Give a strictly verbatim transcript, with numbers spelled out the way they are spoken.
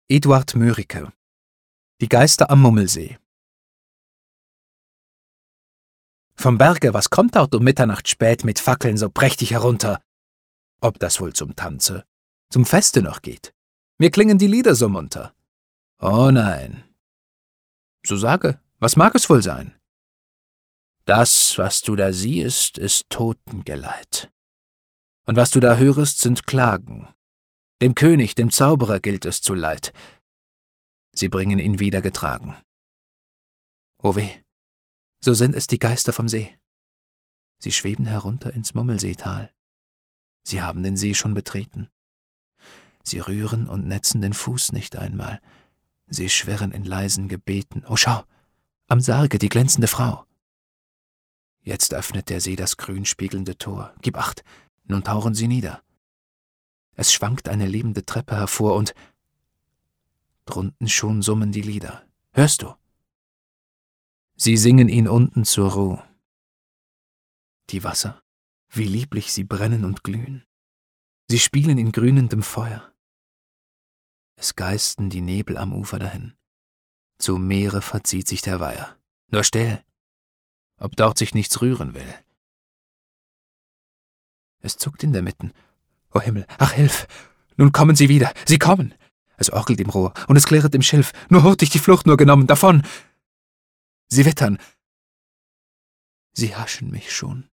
Eduard Mörike. Die Geister am Mummelsee. Vom Berge, was kommt dort um Mitternacht spät mit Fackeln so prächtig herunter? Ob das wohl zum Tanze, zum Feste noch geht? Mir klingen die Lieder so munter. Oh nein. So sage, was mag es wohl sein? Das, was du da siehst, ist Totengeleit. Und was du da hörest, sind Klagen. Dem König, dem Zauberer gilt es zu Leid. Sie bringen ihn wieder getragen. O weh, so sind es die Geister vom See. Sie schweben herunter ins Mummelseetal. Sie haben den See schon betreten. Sie rühren und netzen den Fuß nicht einmal. Sie schwirren in leisen Gebeten. Oh, schau, am Sarge die glänzende Frau. Jetzt öffnet der See das grün spiegelnde Tor. Gib acht, nun tauchen sie nieder. Es schwankt eine lebende Treppe hervor und drunten schon summen die Lieder. Hörst du? Sie singen ihn unten zur Ruh. Die Wasser, wie lieblich sie brennen und glühen. Sie spielen in grünendem Feuer. Es geisten die Nebel am Ufer dahin. Zum Meere verzieht sich der Weiher. Nur still, ob dort sich nichts rühren will. Es zuckt in der Mitten. O Himmel, ach Hilf! Nun kommen sie wieder, sie kommen! Es orgelt im Rohr und es klirret im Schilf. Nur hurtig die Flucht nur genommen, davon! Sie wittern. Sie haschen mich schon.